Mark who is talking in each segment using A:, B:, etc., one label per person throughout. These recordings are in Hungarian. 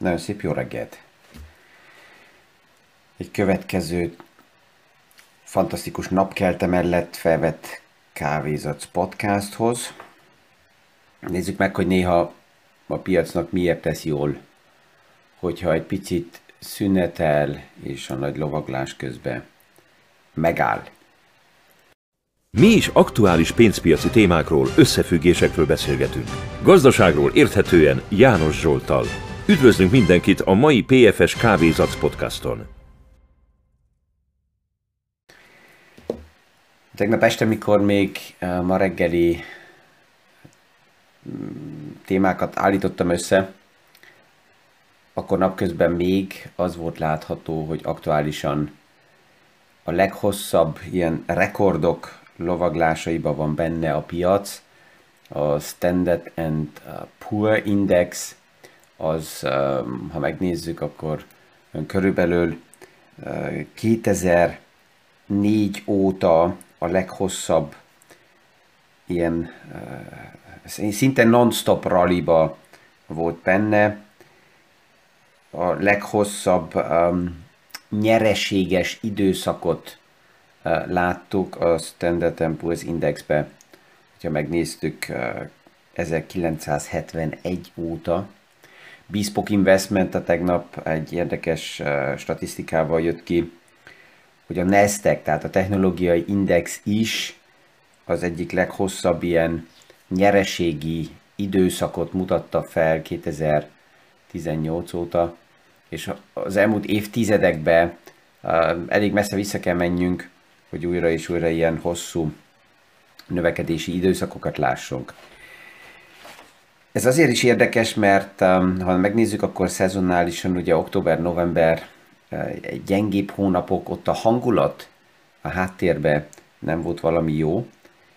A: Nagyon szép jó reggelt! Egy következő fantasztikus napkelte mellett felvett Kávézac podcasthoz. Nézzük meg, hogy néha a piacnak miért tesz jól, hogyha egy picit szünetel és a nagy lovaglás közben megáll.
B: Mi is aktuális pénzpiaci témákról, összefüggésekről beszélgetünk. Gazdaságról érthetően János Zsolttal. Üdvözlünk mindenkit a mai PFS Kávézac podcaston.
A: Tegnap este, mikor még ma reggeli témákat állítottam össze, akkor napközben még az volt látható, hogy aktuálisan a leghosszabb ilyen rekordok lovaglásaiban van benne a piac. A Standard and Poor Index, az, ha megnézzük, akkor körülbelül 2004 óta a leghosszabb ilyen szinte non-stop rallyba volt benne. A leghosszabb nyereséges időszakot láttuk a Standard & Poor's Indexbe, ha megnéztük 1971 óta. Bespoke Investment a tegnap egy érdekes statisztikával jött ki, hogy a Nasdaq, tehát a technológiai index is az egyik leghosszabb ilyen nyereségi időszakot mutatta fel 2018 óta, és az elmúlt évtizedekben elég messze vissza kell menjünk, hogy újra és újra ilyen hosszú növekedési időszakokat lássunk. Ez azért is érdekes, mert ha megnézzük, akkor szezonálisan ugye október-november gyengébb hónapok, ott a hangulat a háttérben nem volt valami jó,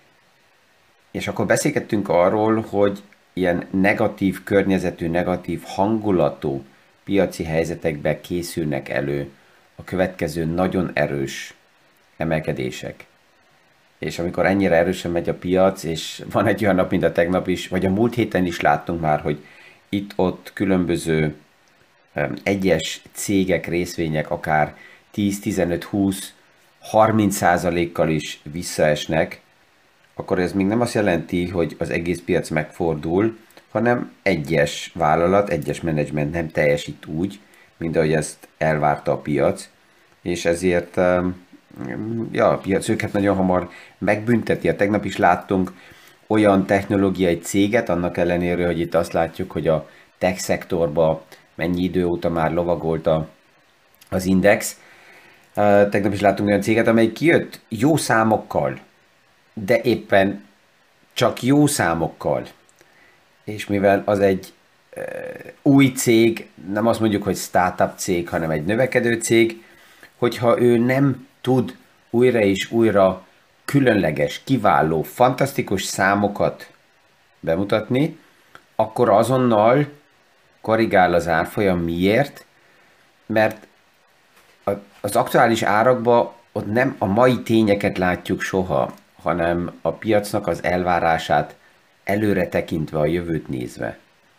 A: és akkor beszélgettünk arról, hogy ilyen negatív környezetű, negatív hangulatú piaci helyzetekben készülnek elő a következő nagyon erős emelkedések. És amikor ennyire erősen megy a piac, és van egy olyan nap, mint a tegnap is, vagy a múlt héten is láttunk már, hogy itt-ott különböző egyes cégek, részvények akár 10, 15, 20, 30%-kal is visszaesnek, akkor ez még nem azt jelenti, hogy az egész piac megfordul, hanem egyes vállalat, egyes menedzsment nem teljesít úgy, mint ahogy ezt elvárta a piac, és ezért a piac őket nagyon hamar megbünteti. A tegnap is láttunk olyan technológiai céget, annak ellenére, hogy itt azt látjuk, hogy a tech szektorban mennyi idő óta már lovagolt az index. Tegnap is láttunk olyan céget, amely kijött jó számokkal, de éppen csak jó számokkal. És mivel az egy új cég, nem azt mondjuk, hogy startup cég, hanem egy növekedő cég, hogyha ő nem tud újra és újra különleges, kiváló, fantasztikus számokat bemutatni, akkor azonnal korrigál az árfolyam. Miért? Mert az aktuális árakban ott nem a mai tényeket látjuk soha, hanem a piacnak az elvárását előre tekintve, a jövőt nézve.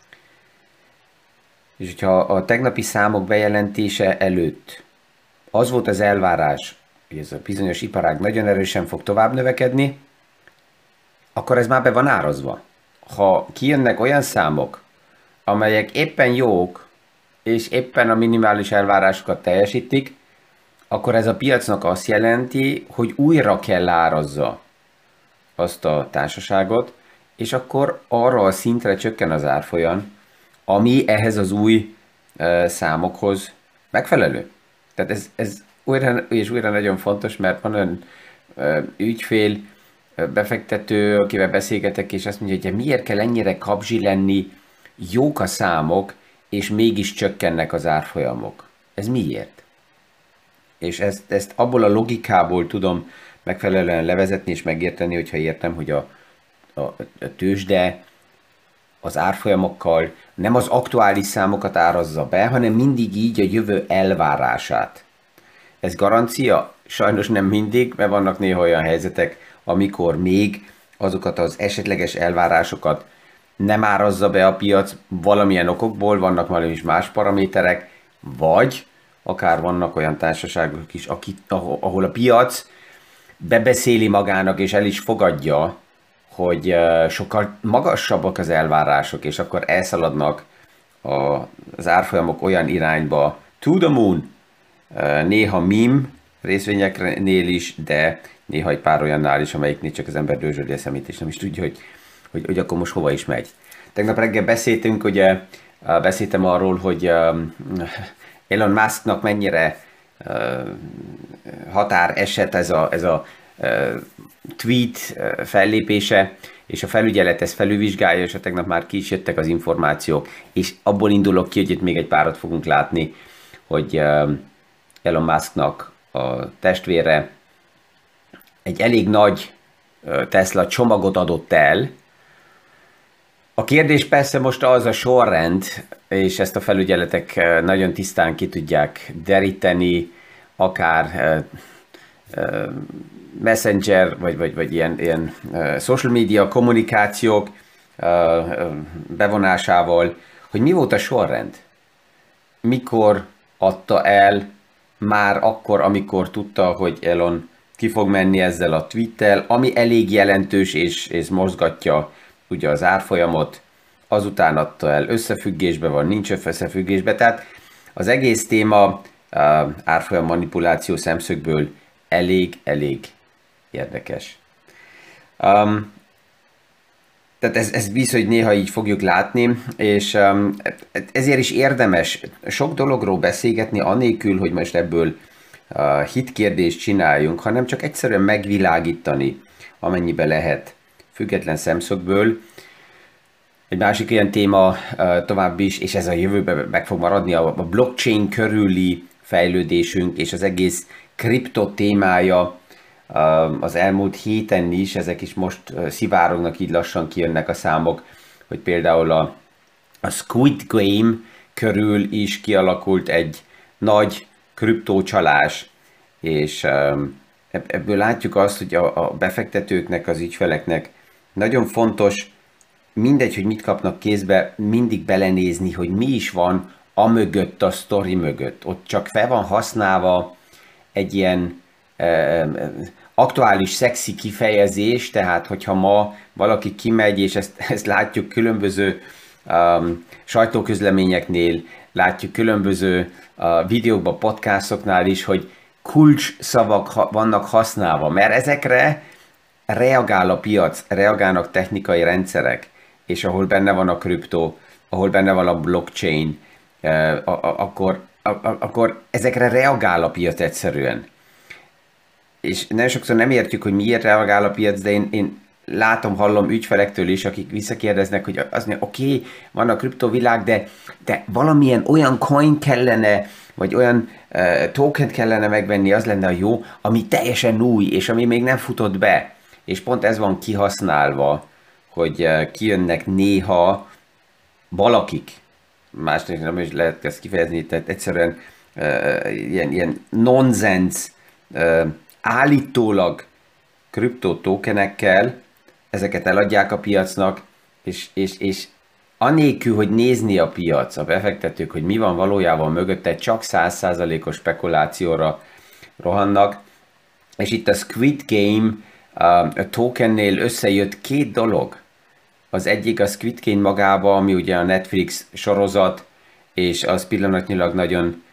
A: És hogyha a tegnapi számok bejelentése előtt az volt az elvárás, hogy ez a bizonyos iparág nagyon erősen fog tovább növekedni, akkor ez már be van árazva. Ha kijönnek olyan számok, amelyek éppen jók, és éppen a minimális elvárásokat teljesítik, akkor ez a piacnak azt jelenti, hogy újra kell árazza azt a társaságot, és akkor arra a szintre csökken az árfolyam, ami ehhez az új számokhoz megfelelő. Tehát ez újra és újra nagyon fontos, mert van olyan ügyfél, befektető, akivel beszélgetek, és azt mondja, hogy miért kell ennyire kapzsi lenni, jók a számok, és mégis csökkennek az árfolyamok. Ez miért? És ezt abból a logikából tudom megfelelően levezetni és megérteni, hogyha értem, hogy a tőzsde az árfolyamokkal nem az aktuális számokat árazza be, hanem mindig így a jövő elvárását. Ez garancia? Sajnos nem mindig, mert vannak néha olyan helyzetek, amikor még azokat az esetleges elvárásokat nem árazza be a piac valamilyen okokból, vannak valami is más paraméterek, vagy akár vannak olyan társaságok is, ahol a piac bebeszéli magának és el is fogadja, hogy sokkal magasabbak az elvárások, és akkor elszaladnak az árfolyamok olyan irányba, to the moon, néha meme részvényeknél is, de néha egy pár olyannál is, amelyiknél csak az ember dőzsöli a szemét, és nem is tudja, hogy akkor most hova is megy. Tegnap reggel beszéltünk, ugye beszéltem arról, hogy Elon Musknak mennyire határeset ez a tweet fellépése, és a felügyelet ezt felülvizsgálja, és tegnap már ki is jöttek az információk, és abból indulok ki, hogy itt még egy párat fogunk látni, hogy Elon Musknak a testvére egy elég nagy Tesla csomagot adott el. A kérdés persze most az a sorrend, és ezt a felügyeletek nagyon tisztán ki tudják deríteni, akár messenger, vagy ilyen social media kommunikációk bevonásával, hogy mi volt a sorrend. Mikor adta el, már akkor, amikor tudta, hogy Elon ki fog menni ezzel a tweettel, ami elég jelentős és mozgatja ugye az árfolyamot, azután adta el, összefüggésbe van, nincs összefüggésbe, tehát az egész téma árfolyam manipuláció szemszögből elég érdekes. Tehát ez biztos, hogy néha így fogjuk látni, és ezért is érdemes sok dologról beszélgetni, anélkül, hogy most ebből hitkérdést csináljunk, hanem csak egyszerűen megvilágítani, amennyibe lehet független szemszögből. Egy másik ilyen téma tovább is, és ez a jövőben meg fog maradni, a blockchain körüli fejlődésünk, és az egész kripto témája az elmúlt héten is, ezek is most szivárognak, így lassan kijönnek a számok, hogy például a Squid Game körül is kialakult egy nagy kriptócsalás, és ebből látjuk azt, hogy a befektetőknek, az ügyfeleknek nagyon fontos, mindegy, hogy mit kapnak kézbe, mindig belenézni, hogy mi is van amögött, a sztori mögött. Ott csak fel van használva egy ilyen aktuális, szexi kifejezés, tehát hogyha ma valaki kimegy, és ezt látjuk különböző sajtóközleményeknél, látjuk különböző videókban, podcastoknál is, hogy kulcs szavak vannak használva, mert ezekre reagál a piac, reagálnak technikai rendszerek, és ahol benne van a kriptó, ahol benne van a blockchain, akkor ezekre reagál a piac egyszerűen. És nagyon sokszor nem értjük, hogy miért reagál a piac, de én látom, hallom ügyfelektől is, akik visszakérdeznek, hogy az mondja, oké, van a kriptovilág, de valamilyen olyan coin kellene, vagy olyan token kellene megvenni, az lenne a jó, ami teljesen új, és ami még nem futott be. És pont ez van kihasználva, hogy kijönnek néha valakik, másnak nem is lehet ezt kifejezni, tehát egyszerűen ilyen nonsens, állítólag kriptotokenekkel, ezeket eladják a piacnak, és anélkül, hogy nézni a piac, a befektetők, hogy mi van valójában mögötte, csak 100%-os spekulációra rohannak. És itt a Squid Game a tokennél összejött két dolog. Az egyik a Squid Game magába, ami ugye a Netflix sorozat, és az pillanatnyilag nagyon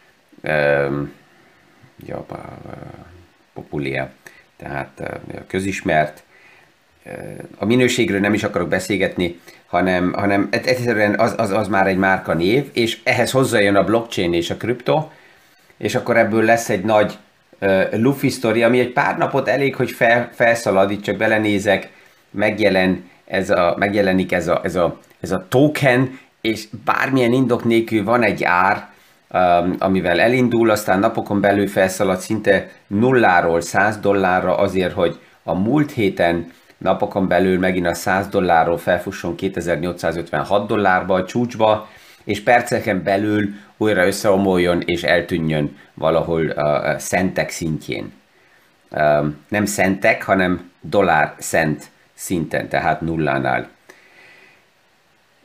A: populár, tehát közismert. A minőségről nem is akarok beszélgetni, hanem egyszerűen az már egy márkanév, és ehhez hozzájön a blockchain és a kripto, és akkor ebből lesz egy nagy lufi sztori, ami egy pár napot elég, hogy felszalad, itt csak belenézek, megjelenik ez a token, és bármilyen indok nélkül van egy ár, amivel elindul, aztán napokon belül felszalad szinte nulláról $100 azért, hogy a múlt héten napokon belül megint a $100 felfusson $2856 a csúcsba, és perceken belül újra összeomoljon és eltűnjön valahol a centek szintjén. Nem centek, hanem dollár-cent szinten, tehát nullánál.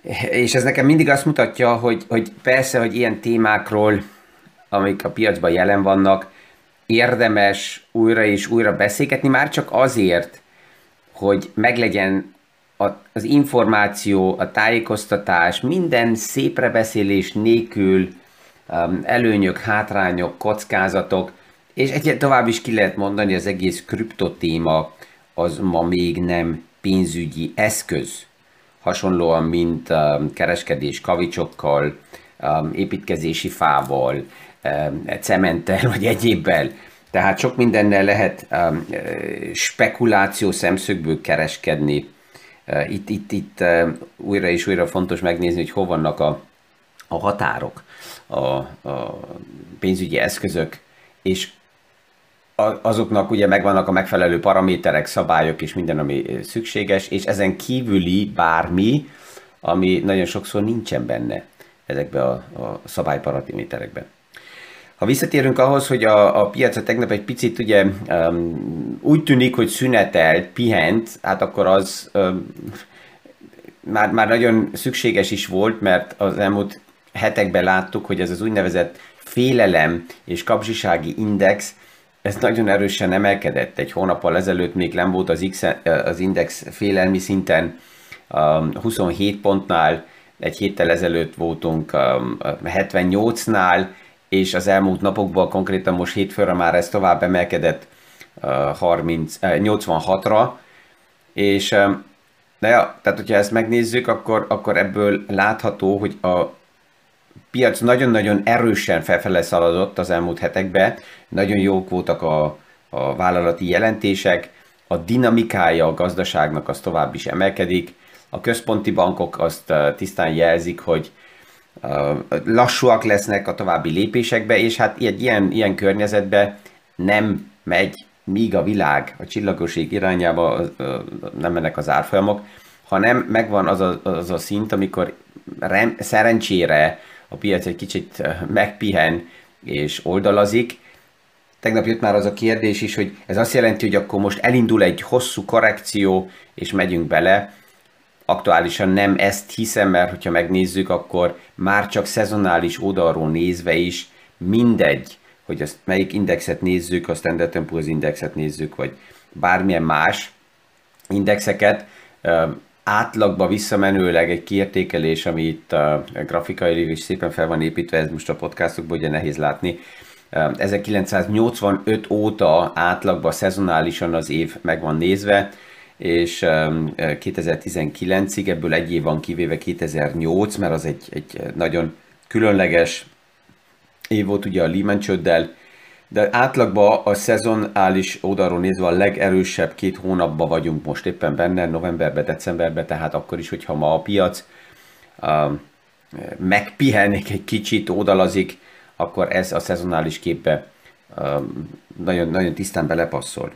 A: És ez nekem mindig azt mutatja, hogy persze, hogy ilyen témákról, amik a piacban jelen vannak, érdemes újra és újra beszélgetni, már csak azért, hogy meglegyen az információ, a tájékoztatás, minden széprebeszélés nélkül, előnyök, hátrányok, kockázatok, és egyet tovább is ki lehet mondani, az egész kriptotéma az ma még nem pénzügyi eszköz. Hasonlóan, mint kereskedés kavicsokkal, építkezési fával, cementtel vagy egyébbel. Tehát sok mindennel lehet spekuláció szemszögből kereskedni. Itt újra és újra fontos megnézni, hogy hol vannak a határok, a pénzügyi eszközök, és azoknak ugye megvannak a megfelelő paraméterek, szabályok és minden, ami szükséges, és ezen kívüli bármi, ami nagyon sokszor nincsen benne ezekben a szabályparaméterekben. Ha visszatérünk ahhoz, hogy a piac tegnap egy picit ugye úgy tűnik, hogy szünetelt, pihent, hát akkor az már nagyon szükséges is volt, mert az elmúlt hetekben láttuk, hogy ez az úgynevezett félelem és kapzsisági index, ez nagyon erősen emelkedett. Egy hónappal ezelőtt még nem volt az index félelmi szinten 27 pontnál, egy héttel ezelőtt voltunk 78-nál, és az elmúlt napokban, konkrétan most hétfőre már ez tovább emelkedett 86-ra, és de ja, tehát hogyha ezt megnézzük, akkor ebből látható, hogy a piac nagyon-nagyon erősen felfele szaladott az elmúlt hetekben, nagyon jók voltak a vállalati jelentések, a dinamikája a gazdaságnak az tovább is emelkedik, a központi bankok azt tisztán jelzik, hogy lassúak lesznek a további lépésekbe, és hát ilyen környezetben nem megy míg a világ a csillagoség irányába, nem mennek az árfolyamok, hanem megvan az a szint, amikor szerencsére a piac egy kicsit megpihen és oldalazik. Tegnap jött már az a kérdés is, hogy ez azt jelenti, hogy akkor most elindul egy hosszú korrekció, és megyünk bele. Aktuálisan nem ezt hiszem, mert hogyha megnézzük, akkor már csak szezonális oldalról nézve is mindegy, hogy azt melyik indexet nézzük, a Standard & Poor's indexet nézzük, vagy bármilyen más indexeket, átlagba visszamenőleg egy kiértékelés, ami itt grafikailag is szépen fel van építve, ez most a podcastokban ugye nehéz látni. 1985 óta átlagban szezonálisan az év meg van nézve, és 2019-ig, ebből egy év van kivéve 2008, mert az egy nagyon különleges év volt ugye a Lehman csőddel, de átlagban a szezonális oldalról nézve a legerősebb 2 hónapban vagyunk most éppen benne, novemberben, decemberben, tehát akkor is, hogyha ma a piac megpihenik egy kicsit, oldalazik, akkor ez a szezonális képbe nagyon, nagyon tisztán belepasszol.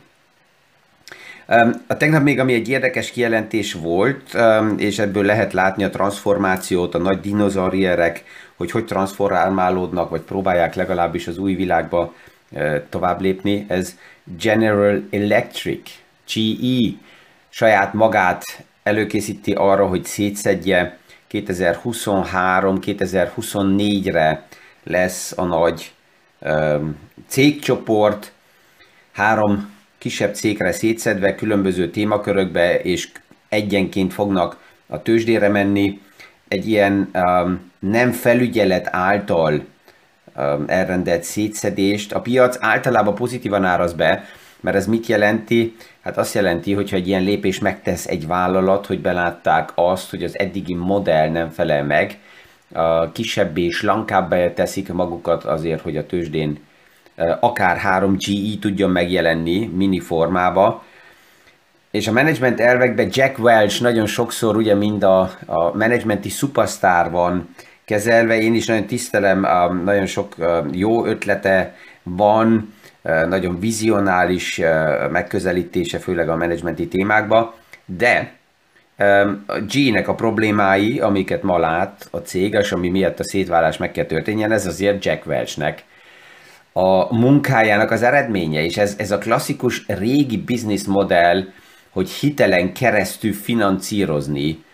A: A tegnap még, ami egy érdekes kijelentés volt, és ebből lehet látni a transformációt, a nagy dinozaurierek, hogy transformálódnak, vagy próbálják legalábbis az új világba tovább lépni. Ez General Electric, GE, saját magát előkészíti arra, hogy szétszedje 2023-2024-re lesz a nagy cégcsoport, 3 kisebb cégre szétszedve, különböző témakörökbe, és egyenként fognak a tőzsdére menni. Egy ilyen nem felügyelet által elrendelt szétszedést a piac általában pozitívan áraz be, mert ez mit jelenti? Hát azt jelenti, hogyha egy ilyen lépés megtesz egy vállalat, hogy belátták azt, hogy az eddigi modell nem felel meg, kisebbé és lankábbá teszik magukat azért, hogy a tőzsdén akár 3 GE tudjon megjelenni mini formába. És a menedzsment elvekben Jack Welch nagyon sokszor ugye mind a menedzsmenti szupasztár van kezelve. Én is nagyon tisztelem, nagyon sok jó ötlete van, nagyon vizionális megközelítése, főleg a menedzsmenti témákba, de a G-nek a problémái, amiket ma lát a cég, és ami miatt a szétválás meg kell történjen, ez azért Jack Welchnek a munkájának az eredménye, és ez a klasszikus régi business modell, hogy hitelen keresztül finanszírozni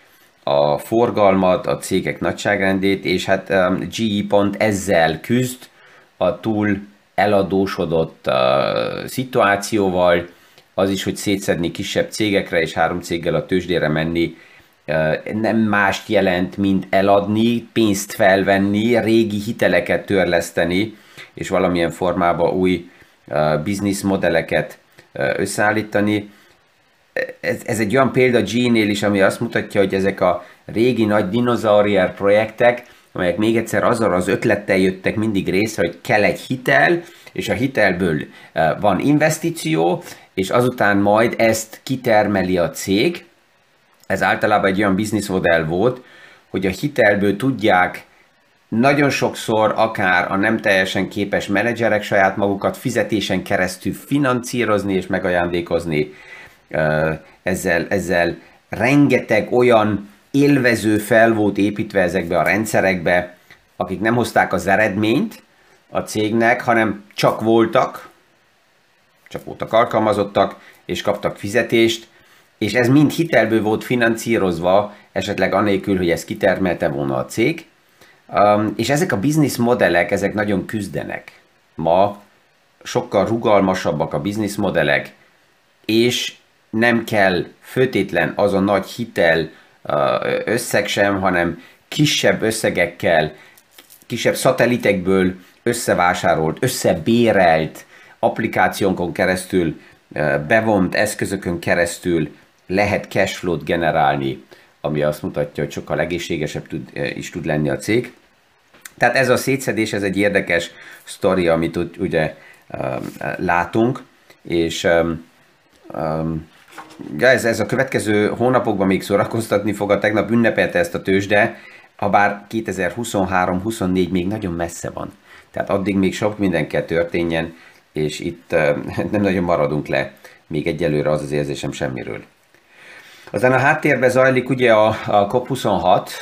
A: a forgalmat, a cégek nagyságrendét, és hát GE pont ezzel küzd a túl eladósodott szituációval, az is, hogy szétszedni kisebb cégekre, és 3 céggel a tőzsdére menni, nem mást jelent, mint eladni, pénzt felvenni, régi hiteleket törleszteni, és valamilyen formában új bizniszmodelleket összeállítani. Ez egy olyan példa G-nél is, ami azt mutatja, hogy ezek a régi nagy dinozaurier projektek, amelyek még egyszer azzal az ötlettel jöttek mindig részre, hogy kell egy hitel, és a hitelből van investíció, és azután majd ezt kitermeli a cég. Ez általában egy olyan bizniszmodell volt, hogy a hitelből tudják nagyon sokszor akár a nem teljesen képes menedzserek saját magukat fizetésen keresztül financírozni és megajándékozni. Ezzel rengeteg olyan élvező fel volt építve ezekbe a rendszerekbe, akik nem hozták az eredményt a cégnek, hanem csak voltak alkalmazottak, és kaptak fizetést, és ez mind hitelből volt finanszírozva, esetleg anélkül, hogy ezt kitermelte volna a cég. És ezek a bizniszmodellek, ezek nagyon küzdenek. Ma sokkal rugalmasabbak a bizniszmodellek, és nem kell föltétlen az a nagy hitel összeg sem, hanem kisebb összegekkel, kisebb szatelitekből összevásárolt, összebérelt applikációnkon keresztül, bevont eszközökön keresztül lehet cashflow-t generálni, ami azt mutatja, hogy sokkal egészségesebb is tud lenni a cég. Tehát ez a szétszedés, ez egy érdekes sztori, amit ugye látunk, és ez a következő hónapokban még szórakoztatni fog, a tegnap ünnepelte ezt a tőzsde, habár 2023-24 még nagyon messze van. Tehát addig még sok minden kell történjen, és itt nem nagyon maradunk le, még egyelőre az érzésem semmiről. Aztán a háttérben zajlik ugye a COP26,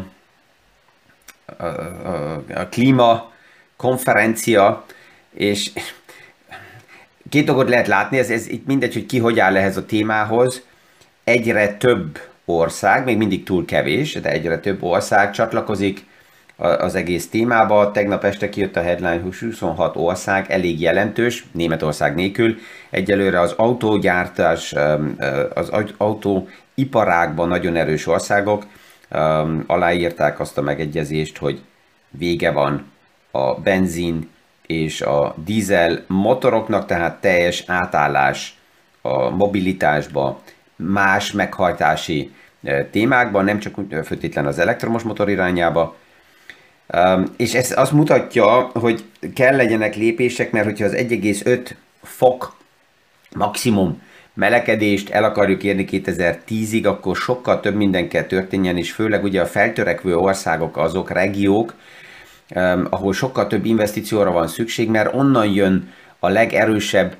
A: a klímakonferencia, és két dolgot lehet látni, ez itt mindegy, hogy ki hogy áll ehhez a témához. Egyre több ország, még mindig túl kevés, de egyre több ország csatlakozik az egész témába. Tegnap este kijött a headline, 26 ország, elég jelentős, Németország nélkül. Egyelőre az autógyártás, az autóiparágban nagyon erős országok aláírták azt a megegyezést, hogy vége van a benzin és a dízel motoroknak, tehát teljes átállás a mobilitásba, más meghajtási témákban, nem csak feltétlen az elektromos motor irányába. És ez azt mutatja, hogy kell legyenek lépések, mert hogyha az 1,5 fok maximum melegedést el akarjuk érni 2010-ig, akkor sokkal több minden kell történjen, és főleg ugye a feltörekvő országok azok regiók, ahol sokkal több investícióra van szükség, mert onnan jön a legerősebb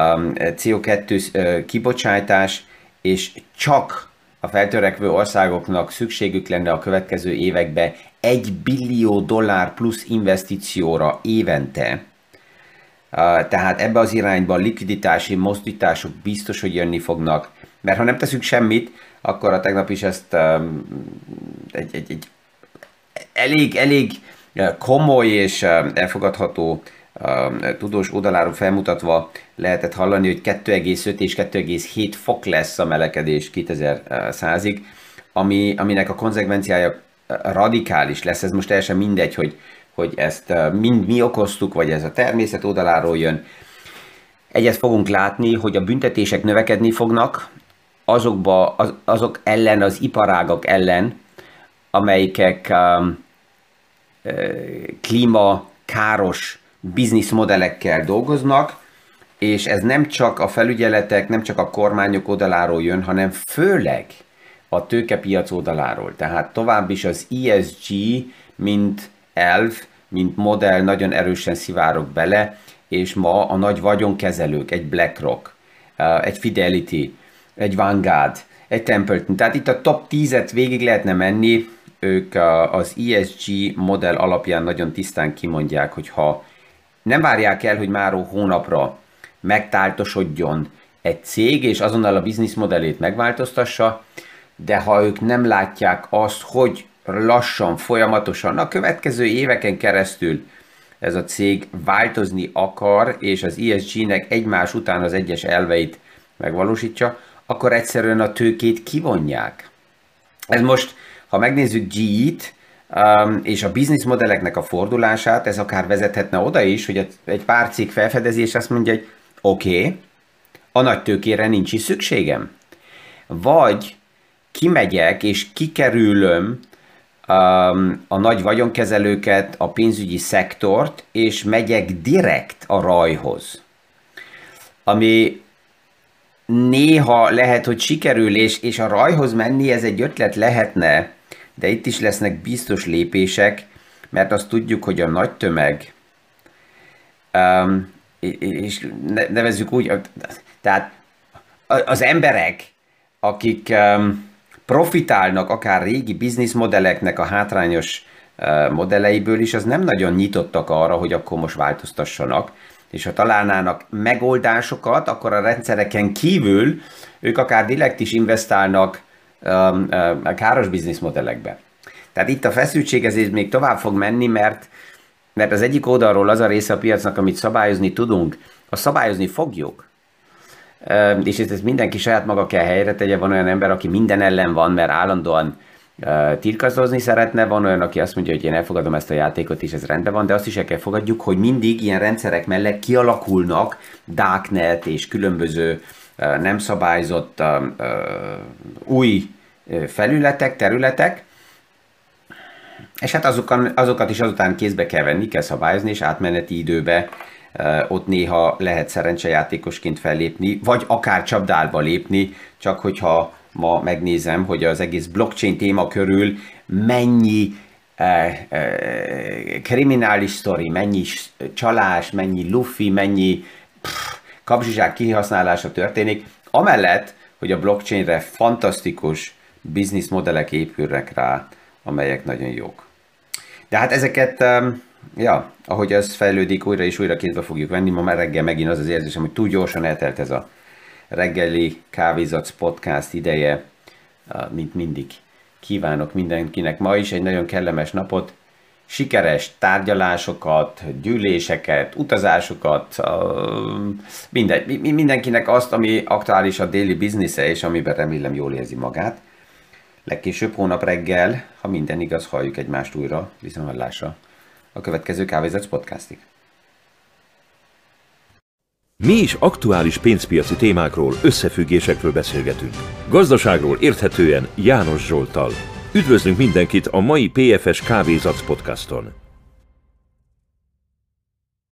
A: CO2 kibocsátás, és csak a feltörekvő országoknak szükségük lenne a következő években $1 billió plusz investícióra évente. Tehát ebbe az irányba likviditási mozdítások biztos, hogy jönni fognak, mert ha nem teszünk semmit, akkor a tegnap is ezt egy elég komoly és elfogadható tudós oldaláról felmutatva lehetett hallani, hogy 2,5 és 2,7 fok lesz a melegedés 2100-ig, aminek a konzekvenciája radikális lesz. Ez most teljesen mindegy, hogy ezt mind mi okoztuk, vagy ez a természet oldaláról jön. Egyet fogunk látni, hogy a büntetések növekedni fognak azok ellen, az iparágak ellen, amelyikek klímakáros bizniszmodellekkel dolgoznak, és ez nem csak a felügyeletek, nem csak a kormányok oldaláról jön, hanem főleg a tőkepiac oldaláról. Tehát tovább is az ESG, mint elv, mint modell nagyon erősen szivárog bele, és ma a nagy vagyonkezelők, egy BlackRock, egy Fidelity, egy Vanguard, egy Templeton, tehát itt a top 10-et végig lehetne menni, ők az ESG modell alapján nagyon tisztán kimondják, hogy ha nem várják el, hogy már hónapra megtáltosodjon egy cég, és azonnal a bizniszmodellét megváltoztassa, de ha ők nem látják azt, hogy lassan, folyamatosan, a következő éveken keresztül ez a cég változni akar, és az ESG-nek egymás után az egyes elveit megvalósítja, akkor egyszerűen a tőkét kivonják. Ez most, ha megnézzük GE-t, és a bizniszmodelleknek a fordulását, ez akár vezethetne oda is, hogy egy pár cég felfedezi, és azt mondja, hogy oké, a nagy tőkére nincs is szükségem. Vagy kimegyek, és kikerülöm a nagy vagyonkezelőket, a pénzügyi szektort, és megyek direkt a rajhoz. Ami néha lehet, hogy sikerül, és a rajhoz menni, ez egy ötlet lehetne, de itt is lesznek biztos lépések, mert azt tudjuk, hogy a nagy tömeg, és nevezzük úgy, tehát az emberek, akik profitálnak akár régi bizniszmodelleknek a hátrányos modelleiből is, az nem nagyon nyitottak arra, hogy akkor most változtassanak, és ha találnának megoldásokat, akkor a rendszereken kívül ők akár direkt is investálnak a káros bizniszmodellekbe. Tehát itt a feszültség ezért még tovább fog menni, mert az egyik oldalról az a része a piacnak, amit szabályozni tudunk, azt szabályozni fogjuk. És ezt mindenki saját maga kell helyre tegye. Van olyan ember, aki minden ellen van, mert állandóan tiltakozni szeretne, van olyan, aki azt mondja, hogy én elfogadom ezt a játékot, és ez rendben van, de azt is el kell fogadjuk, hogy mindig ilyen rendszerek mellett kialakulnak darknet és különböző nem szabályozott új felületek, területek, és hát azokat is azután kézbe kell venni, kell szabályozni, és átmeneti időbe ott néha lehet szerencsejátékosként fellépni, vagy akár csapdálba lépni, csak hogyha ma megnézem, hogy az egész blockchain téma körül mennyi kriminális sztori, mennyi csalás, mennyi lufi, mennyi kapzsizsák kihasználása történik, amellett, hogy a blockchainre fantasztikus bizniszmodellek épülnek rá, amelyek nagyon jók. De hát ezeket, ahogy ez fejlődik, újra és újra kézbe fogjuk venni. Ma már reggel megint az érzésem, hogy túl gyorsan eltelt ez a reggeli Kávézac podcast ideje, mint mindig. Kívánok mindenkinek ma is egy nagyon kellemes napot, sikeres tárgyalásokat, gyűléseket, utazásokat, mindenkinek azt, ami aktuális a daily business-e, és amiben remélem jól érzi magát. Legkésőbb hónap reggel, ha minden igaz, halljuk egymást újra, viszonthallásra a következő Kávézac podcastig.
B: Mi is aktuális pénzpiaci témákról, összefüggésekről beszélgetünk. Gazdaságról érthetően János Zsolttal. Üdvözlünk mindenkit a mai PFS Kávézac podcaston!